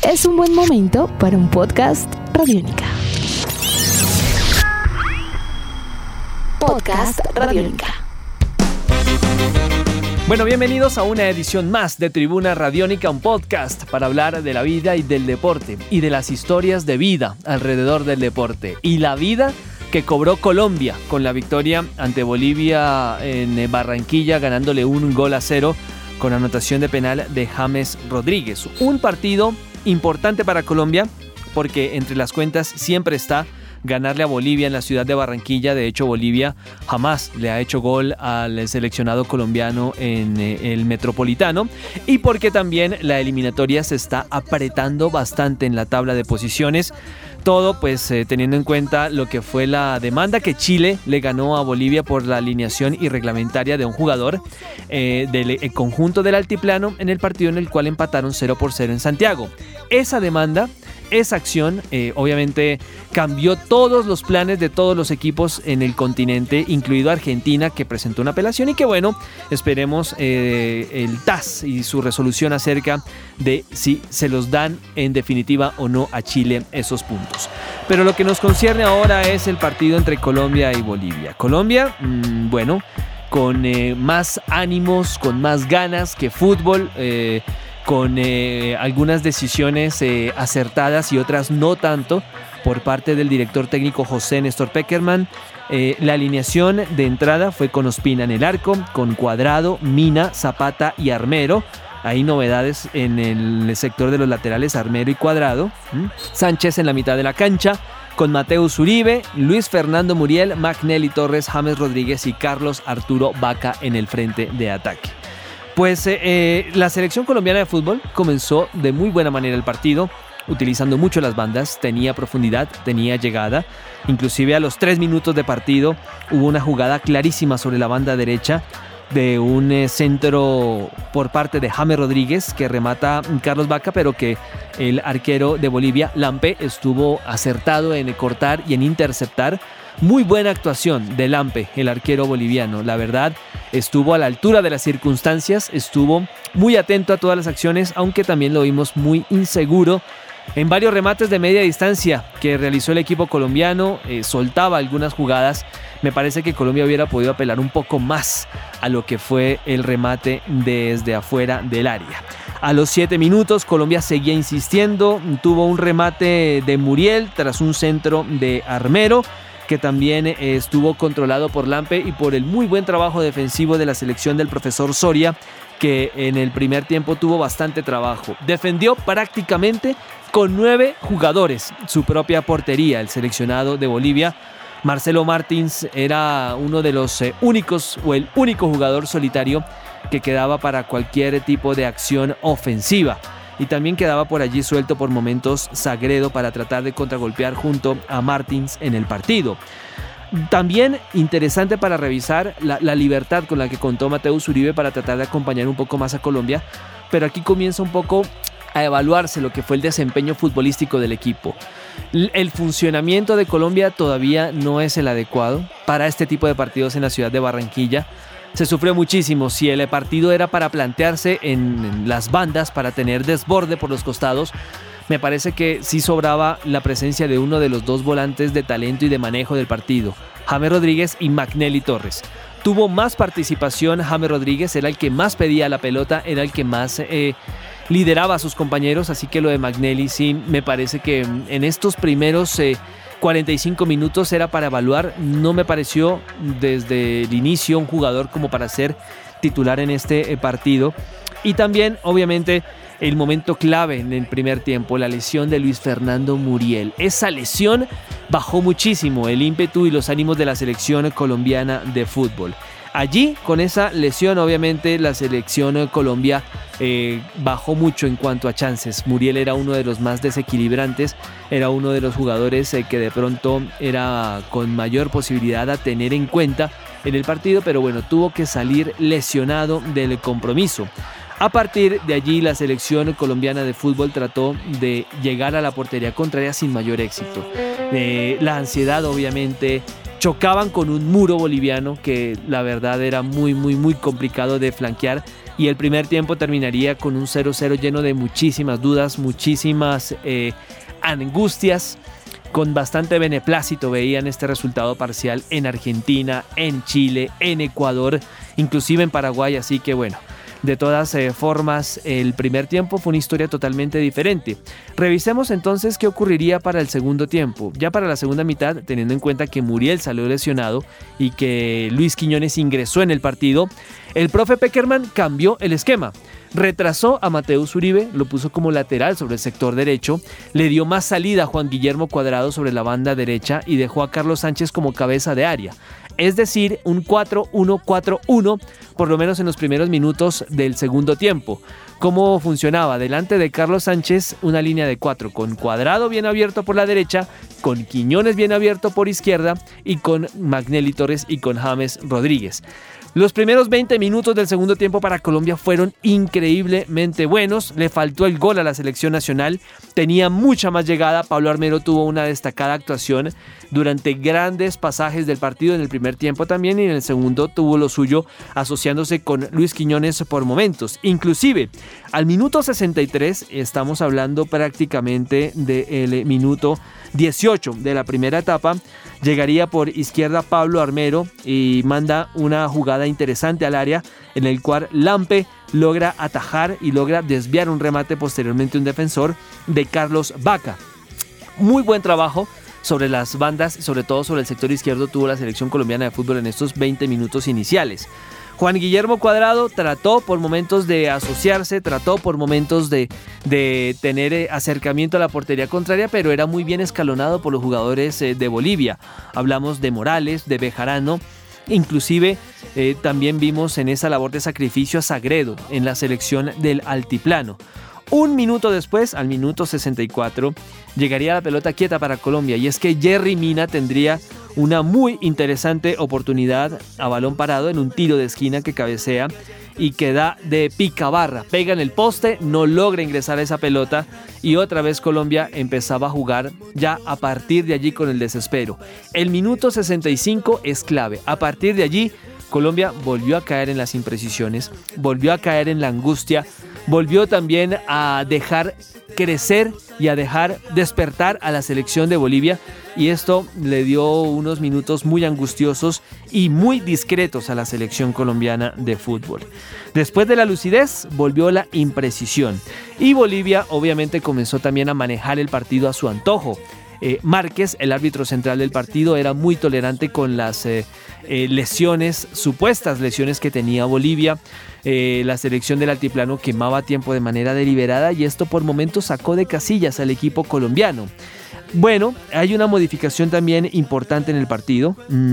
es un buen momento para un podcast Radiónica. Podcast Radiónica. Bueno, bienvenidos a una edición más de Tribuna Radiónica, un podcast para hablar de la vida y del deporte y de las historias de vida alrededor del deporte y la vida que cobró Colombia con la victoria ante Bolivia en Barranquilla, ganándole 1-0 con anotación de penal de James Rodríguez. Un partido importante para Colombia porque entre las cuentas siempre está ganarle a Bolivia en la ciudad de Barranquilla. De hecho, Bolivia jamás le ha hecho gol al seleccionado colombiano en el Metropolitano, y porque también la eliminatoria se está apretando bastante en la tabla de posiciones. Todo pues teniendo en cuenta lo que fue la demanda que Chile le ganó a Bolivia por la alineación irreglamentaria de un jugador del conjunto del Altiplano en el partido en el cual empataron 0-0 en Santiago. Esa demanda, esa acción obviamente cambió todos los planes de todos los equipos en el continente, incluido Argentina, que presentó una apelación y que bueno, esperemos el TAS y su resolución acerca de si se los dan en definitiva o no a Chile esos puntos. Pero lo que nos concierne ahora es el partido entre Colombia y Bolivia. Colombia, bueno, con más ánimos, con más ganas que fútbol, con algunas decisiones acertadas y otras no tanto por parte del director técnico José Néstor Pekerman. La alineación de entrada fue con Ospina en el arco, con Cuadrado, Mina, Zapata y Armero. Hay novedades en el sector de los laterales, Armero y Cuadrado. Sánchez en la mitad de la cancha, con Mateus Uribe, Luis Fernando Muriel, Magnelly Torres, James Rodríguez y Carlos Arturo Vaca en el frente de ataque. Pues la selección colombiana de fútbol comenzó de muy buena manera el partido, utilizando mucho las bandas, tenía profundidad, tenía llegada. Inclusive a los 3 minutos de partido hubo una jugada clarísima sobre la banda derecha de un centro por parte de James Rodríguez que remata Carlos Vaca, pero que el arquero de Bolivia, Lampe, estuvo acertado en cortar y en interceptar. Muy buena actuación de Lampe, el arquero boliviano. La verdad, estuvo a la altura de las circunstancias, estuvo muy atento a todas las acciones, aunque también lo vimos muy inseguro en varios remates de media distancia que realizó el equipo colombiano. Soltaba algunas jugadas. Me parece que Colombia hubiera podido apelar un poco más a lo que fue el remate desde afuera del área. A los 7 minutos Colombia seguía insistiendo, tuvo un remate de Muriel tras un centro de Armero, que también estuvo controlado por Lampe y por el muy buen trabajo defensivo de la selección del profesor Soria, que en el primer tiempo tuvo bastante trabajo. Defendió prácticamente con 9 jugadores su propia portería, el seleccionado de Bolivia. Marcelo Martins era uno de los únicos o el único jugador solitario que quedaba para cualquier tipo de acción ofensiva. Y también quedaba por allí suelto por momentos Sagredo para tratar de contragolpear junto a Martins en el partido. También interesante para revisar la libertad con la que contó Mateus Uribe para tratar de acompañar un poco más a Colombia, pero aquí comienza un poco a evaluarse lo que fue el desempeño futbolístico del equipo. El funcionamiento de Colombia todavía no es el adecuado para este tipo de partidos en la ciudad de Barranquilla. Se sufrió muchísimo. Si el partido era para plantearse en las bandas, para tener desborde por los costados, me parece que sí sobraba la presencia de uno de los 2 volantes de talento y de manejo del partido, James Rodríguez y Magnelly Torres. Tuvo más participación James Rodríguez, era el que más pedía la pelota, era el que más lideraba a sus compañeros, así que lo de Magnelly sí me parece que en estos primeros 45 minutos era para evaluar. No me pareció desde el inicio un jugador como para ser titular en este partido. Y también obviamente el momento clave en el primer tiempo, la lesión de Luis Fernando Muriel. Esa lesión bajó muchísimo el ímpetu y los ánimos de la selección colombiana de fútbol. Allí, con esa lesión, obviamente la selección Colombia bajó mucho en cuanto a chances. Muriel era uno de los más desequilibrantes, era uno de los jugadores que de pronto era con mayor posibilidad a tener en cuenta en el partido, pero bueno, tuvo que salir lesionado del compromiso. A partir de allí, la selección colombiana de fútbol trató de llegar a la portería contraria sin mayor éxito. La ansiedad, obviamente, chocaban con un muro boliviano que la verdad era muy complicado de flanquear y el primer tiempo terminaría con un 0-0 lleno de muchísimas dudas, muchísimas angustias. Con bastante beneplácito veían este resultado parcial en Argentina, en Chile, en Ecuador, inclusive en Paraguay, así que bueno, de todas formas el primer tiempo fue una historia totalmente diferente. Revisemos entonces qué ocurriría para el segundo tiempo. Ya para la segunda mitad, teniendo en cuenta que Muriel salió lesionado y que Luis Quiñones ingresó en el partido, el profe Pekerman cambió el esquema. Retrasó a Mateus Uribe, lo puso como lateral sobre el sector derecho, le dio más salida a Juan Guillermo Cuadrado sobre la banda derecha y dejó a Carlos Sánchez como cabeza de área. Es decir, un 4-1-4-1, por lo menos en los primeros minutos del segundo tiempo. ¿Cómo funcionaba? Delante de Carlos Sánchez, una línea de 4, con Cuadrado bien abierto por la derecha, con Quiñones bien abierto por izquierda y con Magnelli Torres y con James Rodríguez. Los primeros 20 minutos del segundo tiempo para Colombia fueron increíblemente buenos. Le faltó el gol a la selección nacional. Tenía mucha más llegada. Pablo Armero tuvo una destacada actuación durante grandes pasajes del partido en el primer tiempo también, y en el segundo tuvo lo suyo asociándose con Luis Quiñones por momentos. Inclusive al minuto 63, estamos hablando prácticamente del minuto 18 de la primera etapa, llegaría por izquierda Pablo Armero y manda una jugada interesante al área en el cual Lampe logra atajar y logra desviar un remate posteriormente un defensor de Carlos Vaca. Muy buen trabajo sobre las bandas, sobre todo sobre el sector izquierdo, tuvo la selección colombiana de fútbol en estos 20 minutos iniciales. Juan Guillermo Cuadrado trató por momentos de asociarse, trató por momentos de tener acercamiento a la portería contraria, pero era muy bien escalonado por los jugadores de Bolivia. Hablamos de Morales, de Bejarano, inclusive también vimos en esa labor de sacrificio a Sagredo en la selección del altiplano. Un minuto después, al minuto 64, llegaría la pelota quieta para Colombia, y es que Jerry Mina tendría una muy interesante oportunidad a balón parado en un tiro de esquina que cabecea y que da de picabarra, pega en el poste, no logra ingresar a esa pelota, y otra vez Colombia empezaba a jugar ya a partir de allí con el desespero. El minuto 65 es clave. A partir de allí Colombia volvió a caer en las imprecisiones, volvió a caer en la angustia, volvió también a dejar crecer y a dejar despertar a la selección de Bolivia, y esto le dio unos minutos muy angustiosos y muy discretos a la selección colombiana de fútbol. Después de la lucidez volvió la imprecisión, y Bolivia obviamente comenzó también a manejar el partido a su antojo. Márquez, el árbitro central del partido, era muy tolerante con las lesiones, supuestas lesiones que tenía Bolivia. La selección del altiplano quemaba tiempo de manera deliberada, y esto por momentos sacó de casillas al equipo colombiano. Bueno, hay una modificación también importante en el partido.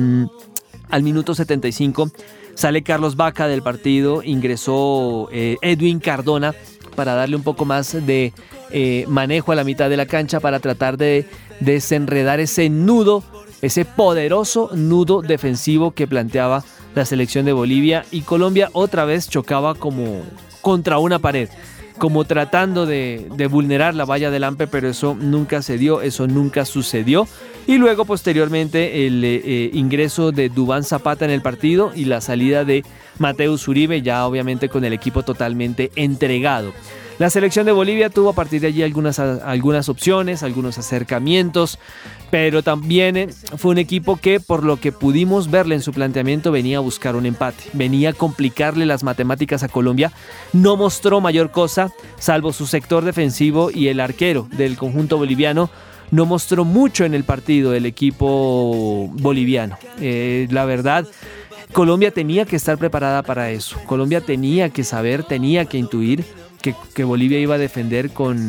Al minuto 75 sale Carlos Vaca del partido, ingresó Edwin Cardona para darle un poco más de manejo a la mitad de la cancha, para tratar de desenredar ese nudo, ese poderoso nudo defensivo que planteaba la selección de Bolivia, y Colombia otra vez chocaba como contra una pared, como tratando de vulnerar la valla del Lampe, pero eso nunca se dio, eso nunca sucedió. Y luego posteriormente el ingreso de Duván Zapata en el partido y la salida de Mateus Uribe, ya obviamente con el equipo totalmente entregado. La selección de Bolivia tuvo a partir de allí algunas opciones, algunos acercamientos, pero también fue un equipo que, por lo que pudimos verle en su planteamiento, venía a buscar un empate, venía a complicarle las matemáticas a Colombia. No mostró mayor cosa, salvo su sector defensivo, y el arquero del conjunto boliviano no mostró mucho en el partido el equipo boliviano. La verdad, Colombia tenía que estar preparada para eso. Colombia tenía que saber, tenía que intuir que Bolivia iba a defender con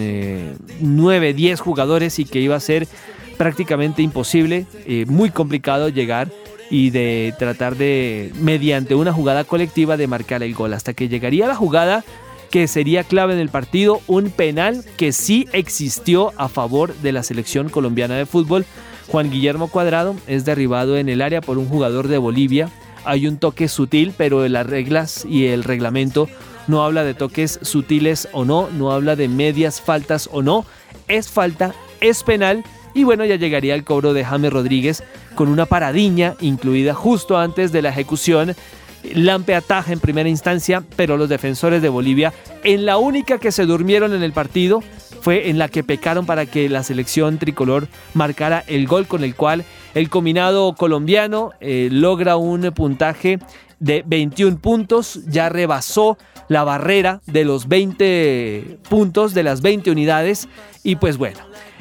9, 10 jugadores, y que iba a ser prácticamente imposible, muy complicado llegar y de tratar de, mediante una jugada colectiva, de marcar el gol, hasta que llegaría la jugada que sería clave en el partido, un penal que sí existió a favor de la selección colombiana de fútbol. Juan Guillermo Cuadrado es derribado en el área por un jugador de Bolivia. Hay un toque sutil, pero las reglas y el reglamento no habla de toques sutiles o no, no habla de medias faltas o no. Es falta, es penal, y bueno, ya llegaría el cobro de James Rodríguez con una paradiña incluida justo antes de la ejecución, Lampe ataja en primera instancia, pero los defensores de Bolivia, en la única que se durmieron en el partido, fue en la que pecaron para que la selección tricolor marcara el gol con el cual el combinado colombiano logra un puntaje de 21 puntos, ya rebasó la barrera de los 20 puntos, de las 20 unidades, y pues bueno,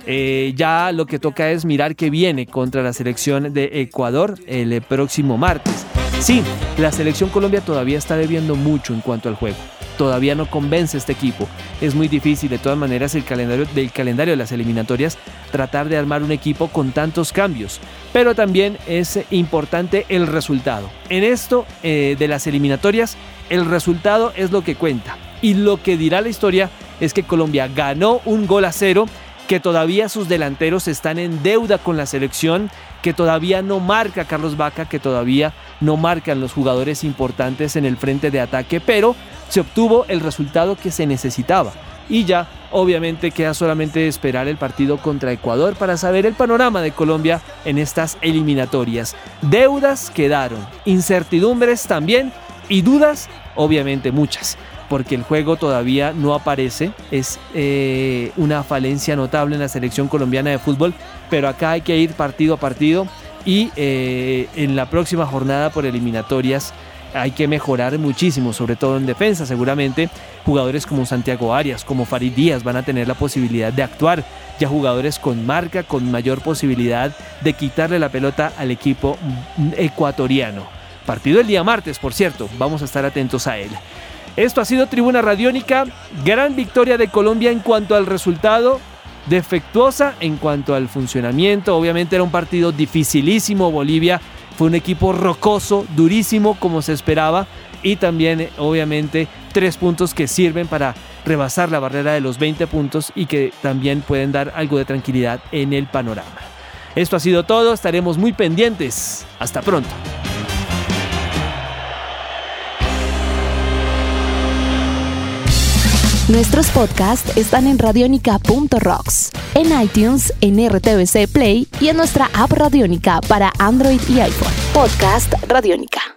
ya lo que toca es mirar qué viene contra la selección de Ecuador el próximo martes. Sí, la selección Colombia todavía está debiendo mucho en cuanto al juego. Todavía no convence este equipo. Es muy difícil, de todas maneras, el calendario de las eliminatorias, tratar de armar un equipo con tantos cambios. Pero también es importante el resultado. En esto de las eliminatorias, el resultado es lo que cuenta. Y lo que dirá la historia es que Colombia ganó 1-0, que todavía sus delanteros están en deuda con la selección, que todavía no marca Carlos Vaca, que todavía no marcan los jugadores importantes en el frente de ataque, pero se obtuvo el resultado que se necesitaba. Y ya, obviamente, queda solamente esperar el partido contra Ecuador para saber el panorama de Colombia en estas eliminatorias. Deudas quedaron, incertidumbres también y dudas, obviamente muchas, porque el juego todavía no aparece. Es una falencia notable en la selección colombiana de fútbol, pero acá hay que ir partido a partido y en la próxima jornada por eliminatorias hay que mejorar muchísimo, sobre todo en defensa. Seguramente jugadores como Santiago Arias, como Farid Díaz van a tener la posibilidad de actuar, ya jugadores con marca, con mayor posibilidad de quitarle la pelota al equipo ecuatoriano. Partido el día martes, por cierto, vamos a estar atentos a él. Esto ha sido Tribuna Radiónica, gran victoria de Colombia en cuanto al resultado, defectuosa en cuanto al funcionamiento. Obviamente era un partido dificilísimo. Bolivia fue un equipo rocoso, durísimo como se esperaba, y también obviamente 3 puntos que sirven para rebasar la barrera de los 20 puntos y que también pueden dar algo de tranquilidad en el panorama. Esto ha sido todo, estaremos muy pendientes. Hasta pronto. Nuestros podcasts están en radionica.rocks, en iTunes, en RTVC Play y en nuestra app Radionica para Android y iPhone. Podcast Radionica.